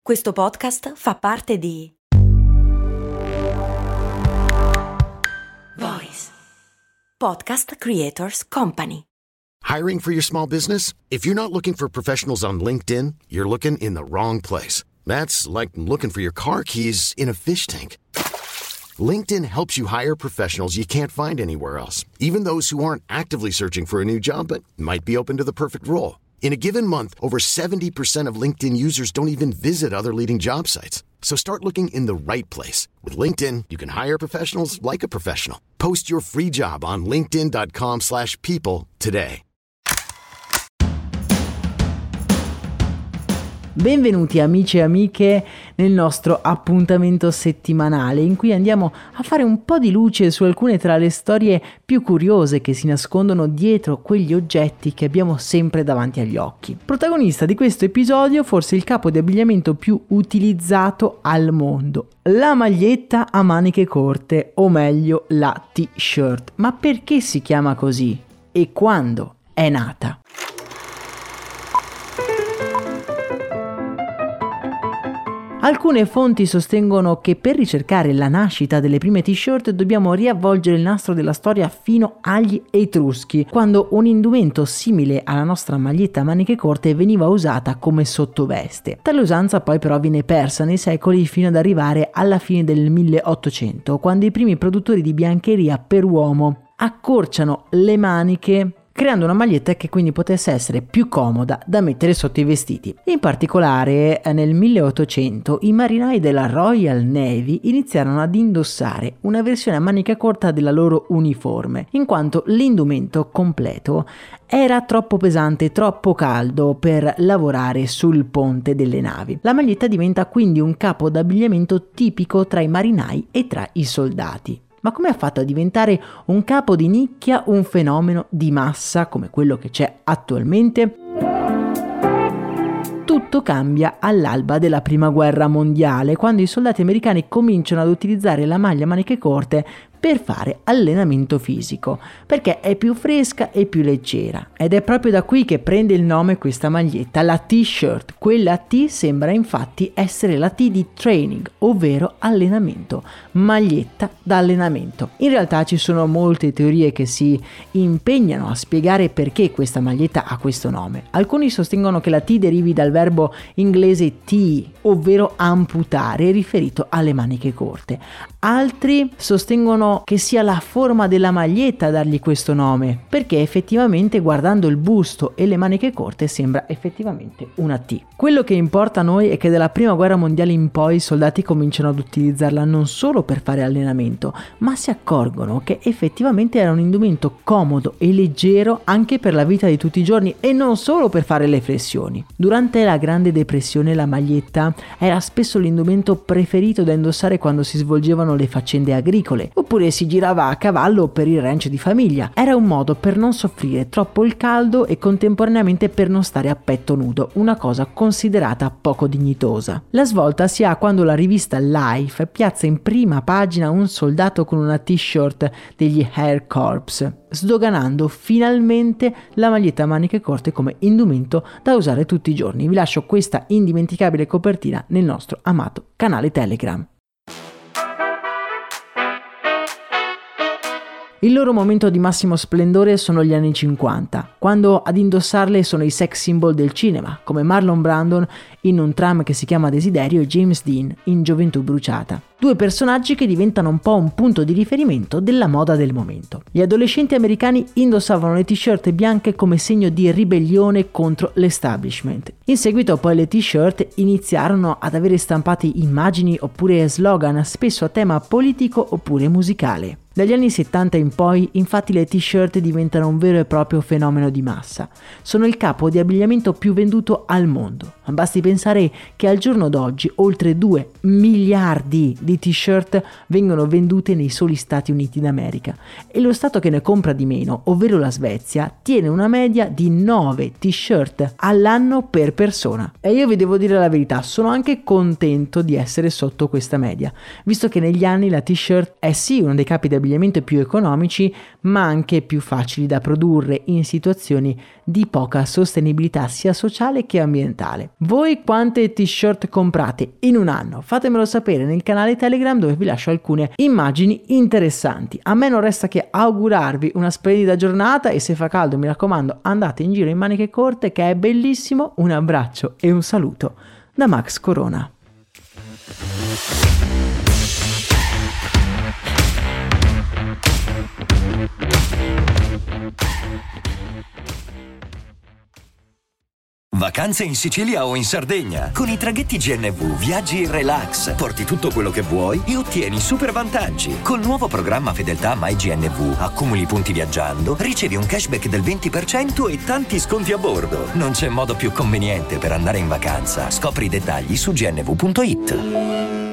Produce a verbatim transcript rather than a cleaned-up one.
Questo podcast fa parte di Voice Podcast Creators Company. Hiring for your small business? If you're not looking for professionals on LinkedIn, you're looking in the wrong place. That's like looking for your car keys in a fish tank. LinkedIn helps you hire professionals you can't find anywhere else, even those who aren't actively searching for a new job but might be open to the perfect role. In a given month, over seventy percent of LinkedIn users don't even visit other leading job sites. So start looking in the right place. With LinkedIn, you can hire professionals like a professional. Post your free job on linkedin dot com slash people today. Benvenuti amici e amiche nel nostro appuntamento settimanale in cui andiamo a fare un po' di luce su alcune tra le storie più curiose che si nascondono dietro quegli oggetti che abbiamo sempre davanti agli occhi. Protagonista di questo episodio forse il capo di abbigliamento più utilizzato al mondo, la maglietta a maniche corte, o meglio la t-shirt. Ma perché si chiama così? E quando è nata? Alcune fonti sostengono che per ricercare la nascita delle prime t-shirt dobbiamo riavvolgere il nastro della storia fino agli Etruschi, quando un indumento simile alla nostra maglietta a maniche corte veniva usata come sottoveste. Tale usanza poi però viene persa nei secoli fino ad arrivare alla fine del milleottocento, quando i primi produttori di biancheria per uomo accorciano le maniche, creando una maglietta che quindi potesse essere più comoda da mettere sotto i vestiti. In particolare nel milleottocento i marinai della Royal Navy iniziarono ad indossare una versione a manica corta della loro uniforme, in quanto l'indumento completo era troppo pesante, troppo caldo per lavorare sul ponte delle navi. La maglietta diventa quindi un capo d'abbigliamento tipico tra i marinai e tra i soldati. Ma come ha fatto a diventare un capo di nicchia un fenomeno di massa come quello che c'è attualmente? Tutto cambia all'alba della Prima Guerra Mondiale, quando i soldati americani cominciano ad utilizzare la maglia a maniche corte per fare allenamento fisico, perché è più fresca e più leggera. Ed è proprio da qui che prende il nome questa maglietta, la t-shirt. Quella T sembra infatti essere la T di training, ovvero allenamento, maglietta da allenamento. In realtà ci sono molte teorie che si impegnano a spiegare perché questa maglietta ha questo nome. Alcuni sostengono che la T derivi dal verbo inglese tee, ovvero amputare, riferito alle maniche corte. Altri sostengono che sia la forma della maglietta a dargli questo nome, perché effettivamente guardando il busto e le maniche corte sembra effettivamente una T. Quello che importa a noi è che dalla Prima Guerra Mondiale in poi i soldati cominciano ad utilizzarla non solo per fare allenamento, ma si accorgono che effettivamente era un indumento comodo e leggero anche per la vita di tutti i giorni e non solo per fare le flessioni. Durante la Grande Depressione la maglietta era spesso l'indumento preferito da indossare quando si svolgevano le faccende agricole, oppure si girava a cavallo per il ranch di famiglia. Era un modo per non soffrire troppo il caldo e contemporaneamente per non stare a petto nudo, una cosa considerata poco dignitosa. La svolta si ha quando la rivista Life piazza in prima pagina un soldato con una t-shirt degli Air Corps, sdoganando finalmente la maglietta a maniche corte come indumento da usare tutti i giorni. Vi lascio questa indimenticabile copertina nel nostro amato canale Telegram. Il loro momento di massimo splendore sono gli anni cinquanta, quando ad indossarle sono i sex symbol del cinema, come Marlon Brandon in Un tram che si chiama Desiderio e James Dean in Gioventù bruciata. Due personaggi che diventano un po' un punto di riferimento della moda del momento. Gli adolescenti americani indossavano le t-shirt bianche come segno di ribellione contro l'establishment. In seguito poi le t-shirt iniziarono ad avere stampati immagini oppure slogan, spesso a tema politico oppure musicale. Dagli anni settanta in poi, infatti, le t-shirt diventano un vero e proprio fenomeno di massa. Sono il capo di abbigliamento più venduto al mondo. Basti pensare che al giorno d'oggi oltre due miliardi di t-shirt vengono vendute nei soli Stati Uniti d'America e lo stato che ne compra di meno, ovvero la Svezia, tiene una media di nove t-shirt all'anno per persona. E io vi devo dire la verità, sono anche contento di essere sotto questa media, visto che negli anni la t-shirt è sì uno dei capi di abbigliamento abbigliamento più economici ma anche più facili da produrre in situazioni di poca sostenibilità sia sociale che ambientale. Voi quante t-shirt comprate in un anno? Fatemelo sapere nel canale Telegram, dove vi lascio alcune immagini interessanti. A me non resta che augurarvi una splendida giornata e se fa caldo, mi raccomando, andate in giro in maniche corte, che è bellissimo. Un abbraccio e un saluto da Max Corona. Vacanze in Sicilia o in Sardegna. Con i traghetti G N V viaggi in relax, porti tutto quello che vuoi e ottieni super vantaggi. Col nuovo programma Fedeltà MyGNV accumuli punti viaggiando, ricevi un cashback del venti per cento e tanti sconti a bordo. Non c'è modo più conveniente per andare in vacanza. Scopri i dettagli su gnv punto it.